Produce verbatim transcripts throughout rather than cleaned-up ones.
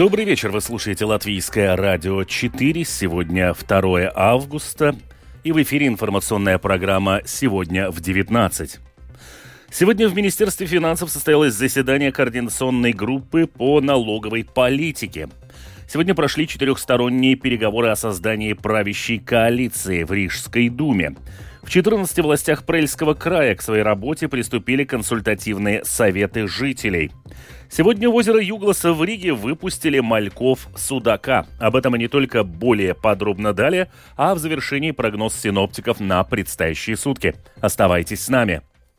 Добрый вечер, вы слушаете Латвийское радио четыре. Сегодня второе августа, и в эфире информационная программа «Сегодня в девятнадцать». Сегодня в Министерстве финансов состоялось заседание координационной группы по налоговой политике. Сегодня прошли четырехсторонние переговоры о создании правящей коалиции в Рижской думе. В четырнадцати властях Прельского края к своей работе приступили консультативные советы жителей. Сегодня в озеро Югласа в Риге выпустили мальков-судака. Об этом и не только более подробно далее, а в завершении прогноз синоптиков на предстоящие сутки. Оставайтесь с нами.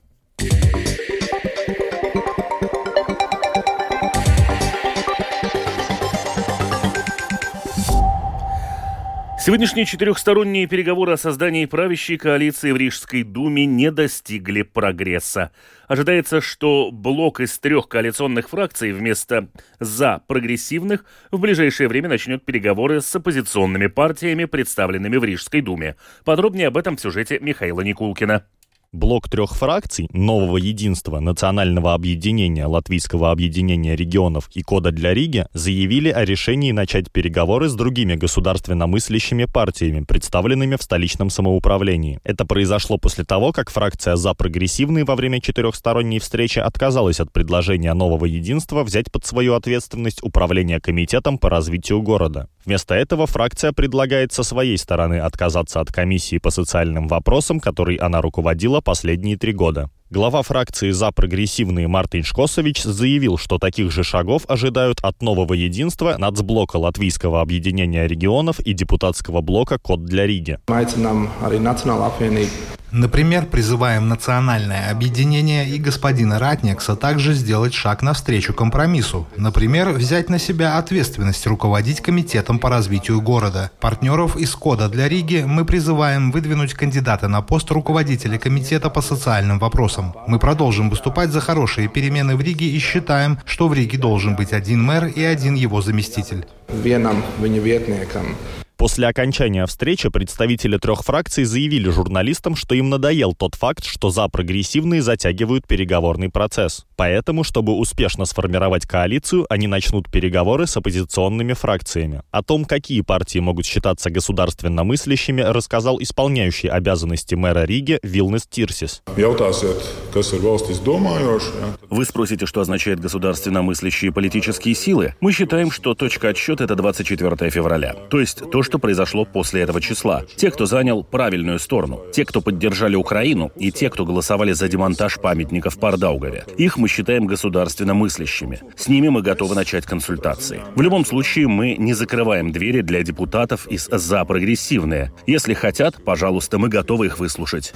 Сегодняшние четырехсторонние переговоры о создании правящей коалиции в Рижской думе не достигли прогресса. Ожидается, что блок из трех коалиционных фракций вместо «за» прогрессивных в ближайшее время начнет переговоры с оппозиционными партиями, представленными в Рижской думе. Подробнее об этом в сюжете Михаила Никулкина. Блок трех фракций Нового единства, Национального объединения, Латвийского объединения регионов и Кода для Риги заявили о решении начать переговоры с другими государственно мыслящими партиями, представленными в столичном самоуправлении. Это произошло после того, как фракция «За прогрессивный» во время четырехсторонней встречи отказалась от предложения Нового единства взять под свою ответственность управление комитетом по развитию города. Вместо этого фракция предлагает со своей стороны отказаться от комиссии по социальным вопросам, которой она руководила последние три года. Глава фракции «За прогрессивные» Мартин Шкосович заявил, что таких же шагов ожидают от Нового единства, нацблока Латвийского объединения регионов и депутатского блока «Код для Риги». Например, призываем национальное объединение и господина Ратникса также сделать шаг навстречу компромиссу. Например, взять на себя ответственность руководить комитетом по развитию города. Партнеров из Кода для Риги мы призываем выдвинуть кандидата на пост руководителя комитета по социальным вопросам. Мы продолжим выступать за хорошие перемены в Риге и считаем, что в Риге должен быть один мэр и один его заместитель. После окончания встречи представители трех фракций заявили журналистам, что им надоел тот факт, что «За прогрессивные» затягивают переговорный процесс. Поэтому, чтобы успешно сформировать коалицию, они начнут переговоры с оппозиционными фракциями. О том, какие партии могут считаться государственно мыслящими, рассказал исполняющий обязанности мэра Риги Вилнис Тирсис. Вы спросите, что означает государственно мыслящие политические силы? Мы считаем, что точка отсчета – это двадцать четвёртое февраля. То есть то, что произошло после этого числа. Те, кто занял правильную сторону. Те, кто поддержали Украину, и те, кто голосовали за демонтаж памятников в Пардаугаве. Их мы считаем государственно мыслящими. С ними мы готовы начать консультации. В любом случае, мы не закрываем двери для депутатов из «За прогрессивные». Если хотят, пожалуйста, мы готовы их выслушать.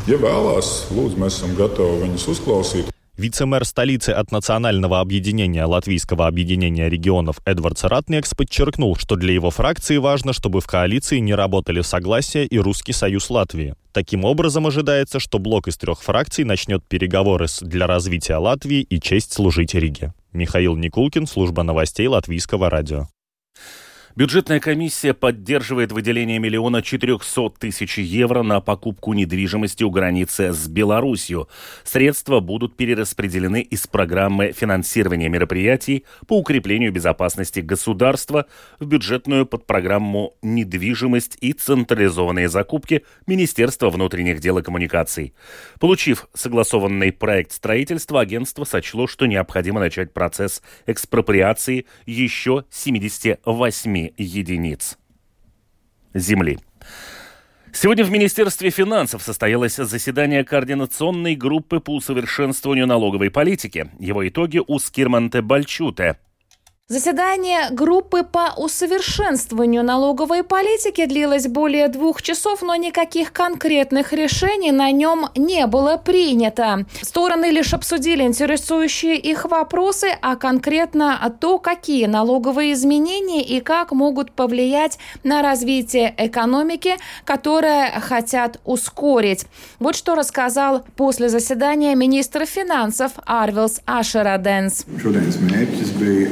Вице-мэр столицы от Национального объединения Латвийского объединения регионов Эдвардс Ратникс подчеркнул, что для его фракции важно, чтобы в коалиции не работали Согласие и Русский союз Латвии. Таким образом, ожидается, что блок из трех фракций начнет переговоры с «Для развития Латвии» и «Честь служить Риге». Михаил Никулкин, служба новостей Латвийского радио. Бюджетная комиссия поддерживает выделение миллиона четырехсот тысяч евро на покупку недвижимости у границы с Беларусью. Средства будут перераспределены из программы финансирования мероприятий по укреплению безопасности государства в бюджетную подпрограмму «Недвижимость и централизованные закупки» Министерства внутренних дел и коммуникаций. Получив согласованный проект строительства, агентство сочло, что необходимо начать процесс экспроприации еще семидесяти восьми единиц земли. Сегодня в Министерстве финансов состоялось заседание координационной группы по усовершенствованию налоговой политики. Его итоги у Скирманте Бальчуте. Заседание группы по усовершенствованию налоговой политики длилось более двух часов, но никаких конкретных решений на нем не было принято. Стороны лишь обсудили интересующие их вопросы, а конкретно то, какие налоговые изменения и как могут повлиять на развитие экономики, которое хотят ускорить. Вот что рассказал после заседания министр финансов Арвилс Ашераденс.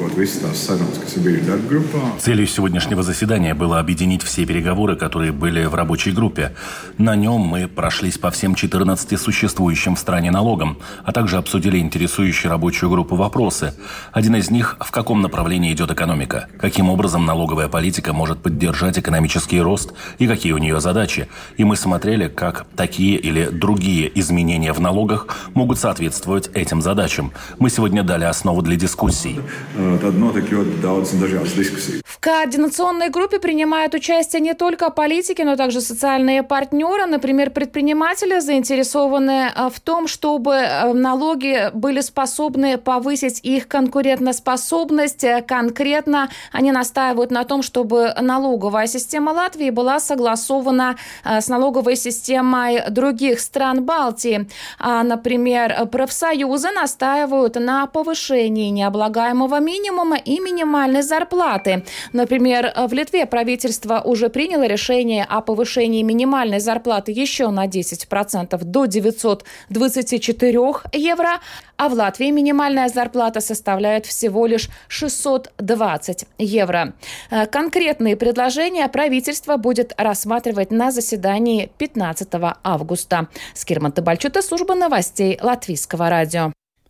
Целью сегодняшнего заседания было объединить все переговоры, которые были в рабочей группе. На нем мы прошлись по всем четырнадцати существующим в стране налогам, а также обсудили интересующие рабочую группу вопросы. Один из них – в каком направлении идет экономика, каким образом налоговая политика может поддержать экономический рост и какие у нее задачи. И мы смотрели, как такие или другие изменения в налогах могут соответствовать этим задачам. Мы сегодня дали основу для дискуссий. В координационной группе принимают участие не только политики, но также социальные партнеры. Например, предприниматели заинтересованы в том, чтобы налоги были способны повысить их конкурентоспособность. Конкретно они настаивают на том, чтобы налоговая система Латвии была согласована с налоговой системой других стран Балтии. Например, профсоюзы настаивают на повышении необлагаемого минимума и минимальной зарплаты. Например, в Литве правительство уже приняло решение о повышении минимальной зарплаты еще на десять процентов до девятьсот двадцать четыре евро, а в Латвии минимальная зарплата составляет всего лишь шестьсот двадцать евро. Конкретные предложения правительство будет рассматривать на заседании пятнадцатого августа. Скирман Табальчута, служба новостей Латвийского радио.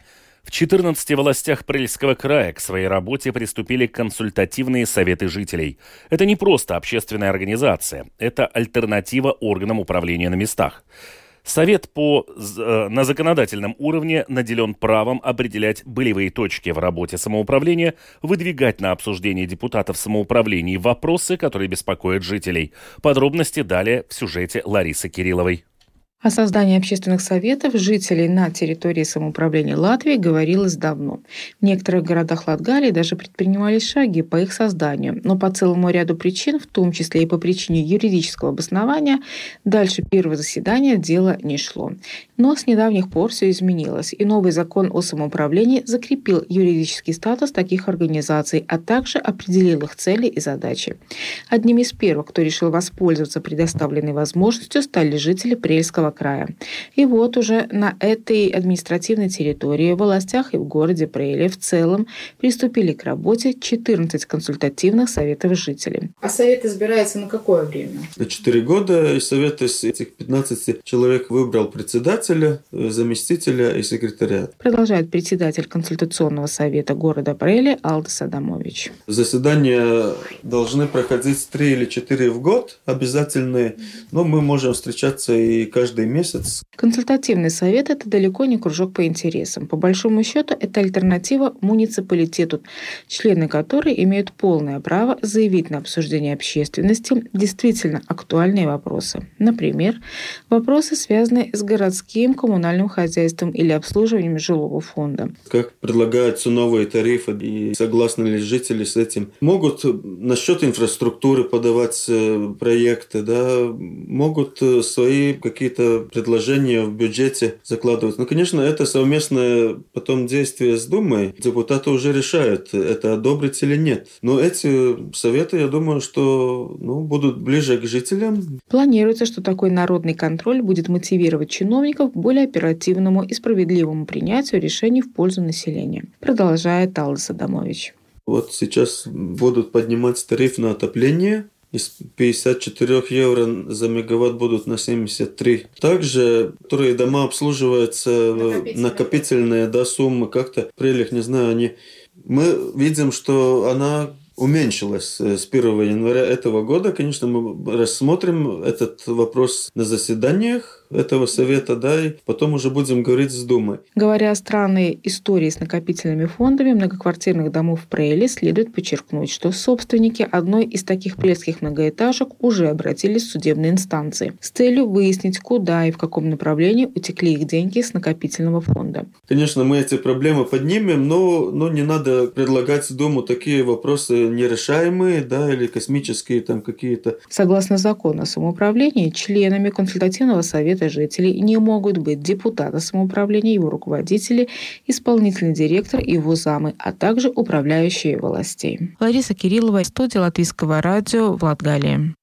В четырнадцати властях Прельского края к своей работе приступили консультативные советы жителей. Это не просто общественная организация, это альтернатива органам управления на местах. Совет по, на законодательном уровне наделен правом определять болевые точки в работе самоуправления, выдвигать на обсуждение депутатов самоуправлений вопросы, которые беспокоят жителей. Подробности далее в сюжете Ларисы Кирилловой. О создании общественных советов жителей на территории самоуправления Латвии говорилось давно. В некоторых городах Латгалии даже предпринимались шаги по их созданию, но по целому ряду причин, в том числе и по причине юридического обоснования, дальше первого заседания дело не шло. Но с недавних пор все изменилось, и новый закон о самоуправлении закрепил юридический статус таких организаций, а также определил их цели и задачи. Одним из первых, кто решил воспользоваться предоставленной возможностью, стали жители Прельского края. И вот уже на этой административной территории, в властях и в городе Преле в целом приступили к работе четырнадцать консультативных советов жителей. А совет избирается на какое время? На четыре года, и совет из этих пятнадцати человек выбрал председателя, заместителя и секретаря. Продолжает председатель консультационного совета города Преле Алдис Адамович. Заседания должны проходить три или четыре в год, обязательные, но мы можем встречаться и каждый месяц. Консультативный совет – это далеко не кружок по интересам. По большому счету, это альтернатива муниципалитету, члены которой имеют полное право заявить на обсуждение общественности действительно актуальные вопросы. Например, вопросы, связанные с городским коммунальным хозяйством или обслуживанием жилого фонда. Как предлагаются новые тарифы и согласны ли жители с этим? Могут насчет инфраструктуры подавать проекты, да, могут свои какие-то предложения в бюджете закладывать. Ну, конечно, это совместное потом действие с Думой. Депутаты уже решают, это одобрить или нет. Но эти советы, я думаю, что ну, будут ближе к жителям. Планируется, что такой народный контроль будет мотивировать чиновников к более оперативному и справедливому принятию решений в пользу населения. Продолжает Алдис Адамович. Вот сейчас будут поднимать тариф на отопление. Из пятьдесят четыре евро за мегаватт будут на семьдесят три. Также, которые дома обслуживаются, накопительные, накопительные да, суммы, как-то прелех, не знаю, они... Мы видим, что она уменьшилась с первого января этого года. Конечно, мы рассмотрим этот вопрос на заседаниях этого совета, да, и потом уже будем говорить с Думой. Говоря о странной истории с накопительными фондами многоквартирных домов в Преле, следует подчеркнуть, что собственники одной из таких прельских многоэтажек уже обратились в судебные инстанции с целью выяснить, куда и в каком направлении утекли их деньги с накопительного фонда. Конечно, мы эти проблемы поднимем, но, но не надо предлагать Думу такие вопросы нерешаемые, да, или космические там какие-то. Согласно закону о самоуправлении, членами консультативного совета жителей не могут быть депутаты самоуправления, его руководители, исполнительный директор и его замы, а также управляющие властей. Лариса Кириллова, студия Латвийского радио в Латгалии.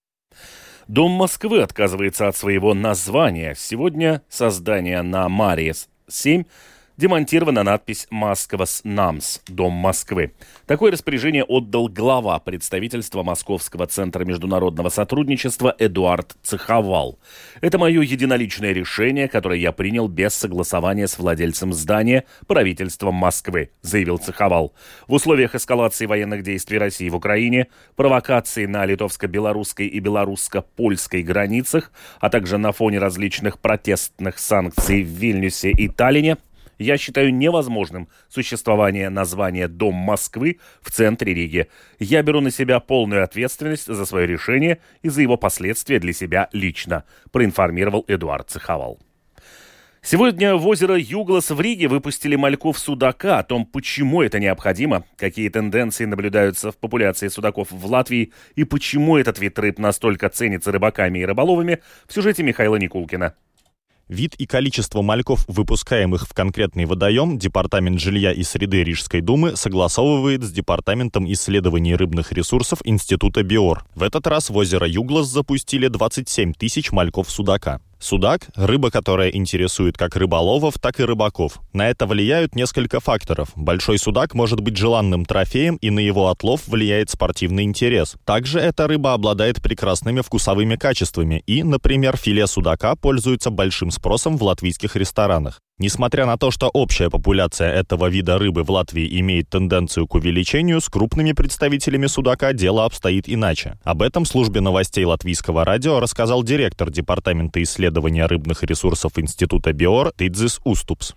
Дом Москвы отказывается от своего названия. Сегодня создание на Марье семь демонтирована надпись «Москвас Намс» – «Дом Москвы». Такое распоряжение отдал глава представительства Московского центра международного сотрудничества Эдуард Цеховал. «Это мое единоличное решение, которое я принял без согласования с владельцем здания, правительством Москвы», – заявил Цеховал. В условиях эскалации военных действий России в Украине, провокаций на литовско-белорусской и белорусско-польской границах, а также на фоне различных протестных санкций в Вильнюсе и Таллине, я считаю невозможным существование названия «Дом Москвы» в центре Риги. Я беру на себя полную ответственность за свое решение и за его последствия для себя лично, проинформировал Эдуард Цеховал. Сегодня в озеро Юглас в Риге выпустили мальков судака. О том, почему это необходимо, какие тенденции наблюдаются в популяции судаков в Латвии и почему этот вид рыб настолько ценится рыбаками и рыболовами, в сюжете Михаила Никулкина. Вид и количество мальков, выпускаемых в конкретный водоем, Департамент жилья и среды Рижской думы согласовывает с Департаментом исследований рыбных ресурсов Института БИОР. В этот раз в озеро Юглас запустили двадцать семь тысяч мальков судака. Судак – рыба, которая интересует как рыболовов, так и рыбаков. На это влияют несколько факторов. Большой судак может быть желанным трофеем, и на его отлов влияет спортивный интерес. Также эта рыба обладает прекрасными вкусовыми качествами, и, например, филе судака пользуется большим спросом в латвийских ресторанах. Несмотря на то, что общая популяция этого вида рыбы в Латвии имеет тенденцию к увеличению, с крупными представителями судака дело обстоит иначе. Об этом службе новостей Латвийского радио рассказал директор Департамента исследования рыбных ресурсов Института БИОР Тидзис Уступс.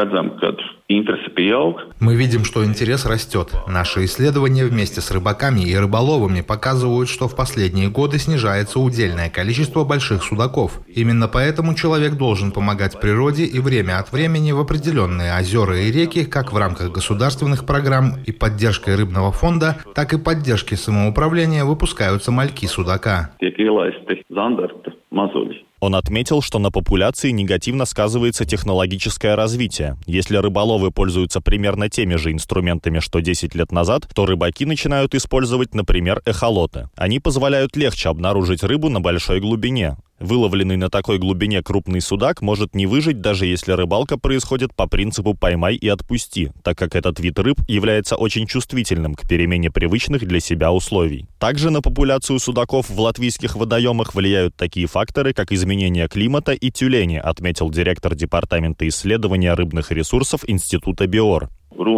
Мы видим, что интерес растет. Наши исследования вместе с рыбаками и рыболовами показывают, что в последние годы снижается удельное количество больших судаков. Именно поэтому человек должен помогать природе и время от времени в определенные озера и реки, как в рамках государственных программ и поддержкой рыбного фонда, так и поддержки самоуправления выпускаются мальки судака. Он отметил, что на популяции негативно сказывается технологическое развитие. Если рыболовы пользуются примерно теми же инструментами, что десять лет назад, то рыбаки начинают использовать, например, эхолоты. Они позволяют легче обнаружить рыбу на большой глубине. Выловленный на такой глубине крупный судак может не выжить, даже если рыбалка происходит по принципу «поймай и отпусти», так как этот вид рыб является очень чувствительным к перемене привычных для себя условий. Также на популяцию судаков в латвийских водоемах влияют такие факторы, как изменение климата и тюлени, отметил директор Департамента исследования рыбных ресурсов Института БИОР.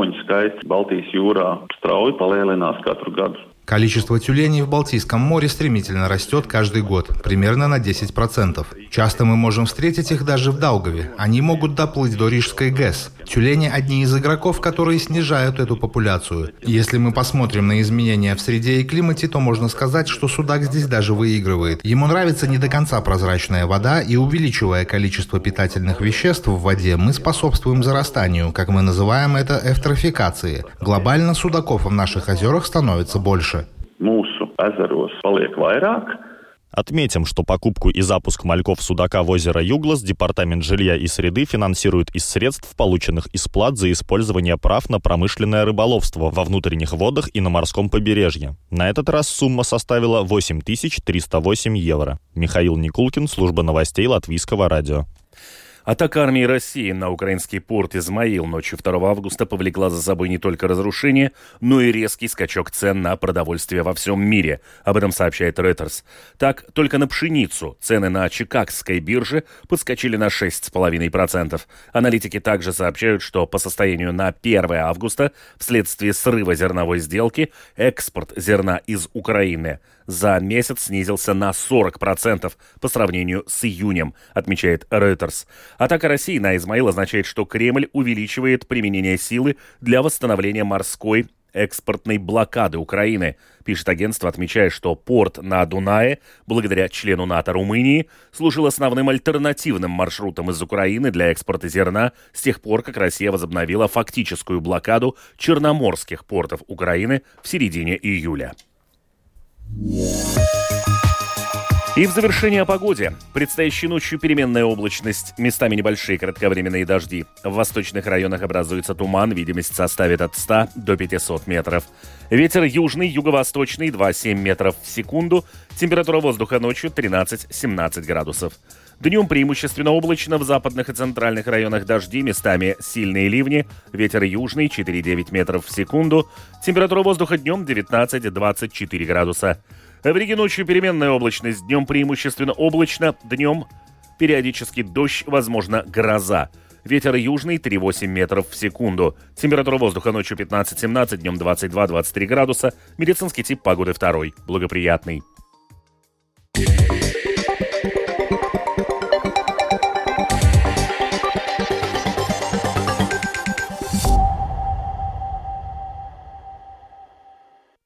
Количество тюленей в Балтийском море стремительно растет каждый год, примерно на десять процентов. Часто мы можем встретить их даже в Даугаве. Они могут доплыть до Рижской ГЭС. Тюлени – одни из игроков, которые снижают эту популяцию. Если мы посмотрим на изменения в среде и климате, то можно сказать, что судак здесь даже выигрывает. Ему нравится не до конца прозрачная вода, и увеличивая количество питательных веществ в воде, мы способствуем зарастанию, как мы называем это, эвтрофикации. Глобально судаков в наших озерах становится больше. Отметим, что покупку и запуск мальков судака в озеро Юглас Департамент жилья и среды финансирует из средств, полученных из плат за использование прав на промышленное рыболовство во внутренних водах и на морском побережье. На этот раз сумма составила восемь тысяч триста восемь евро. Михаил Никулкин, служба новостей Латвийского радио. Атака армии России на украинский порт Измаил ночью второго августа повлекла за собой не только разрушение, но и резкий скачок цен на продовольствие во всем мире. Об этом сообщает Reuters. Так, только на пшеницу цены на Чикагской бирже подскочили на шесть целых пять десятых процента. Аналитики также сообщают, что по состоянию на первое августа вследствие срыва зерновой сделки экспорт зерна из Украины за месяц снизился на сорок процентов по сравнению с июнем, отмечает Reuters. Атака России на Измаил означает, что Кремль увеличивает применение силы для восстановления морской экспортной блокады Украины. Пишет агентство, отмечая, что порт на Дунае, благодаря члену НАТО Румынии, служил основным альтернативным маршрутом из Украины для экспорта зерна с тех пор, как Россия возобновила фактическую блокаду черноморских портов Украины в середине июля. И в завершение о погоде. Предстоящей ночью переменная облачность, местами небольшие кратковременные дожди. В восточных районах образуется туман, видимость составит от ста до пятисот метров. Ветер южный, юго-восточный, два-семь метров в секунду. Температура воздуха ночью тринадцать-семнадцать градусов. Днем преимущественно облачно, в западных и центральных районах дожди, местами сильные ливни. Ветер южный, четыре-девять метров в секунду. Температура воздуха днем девятнадцать-двадцать четыре градуса. В Риге ночью переменная облачность, днем преимущественно облачно, днем периодически дождь, возможно, гроза. Ветер южный три-восемь метров в секунду. Температура воздуха ночью пятнадцать-семнадцать, днем двадцать два-двадцать три градуса. Медицинский тип погоды второй, благоприятный.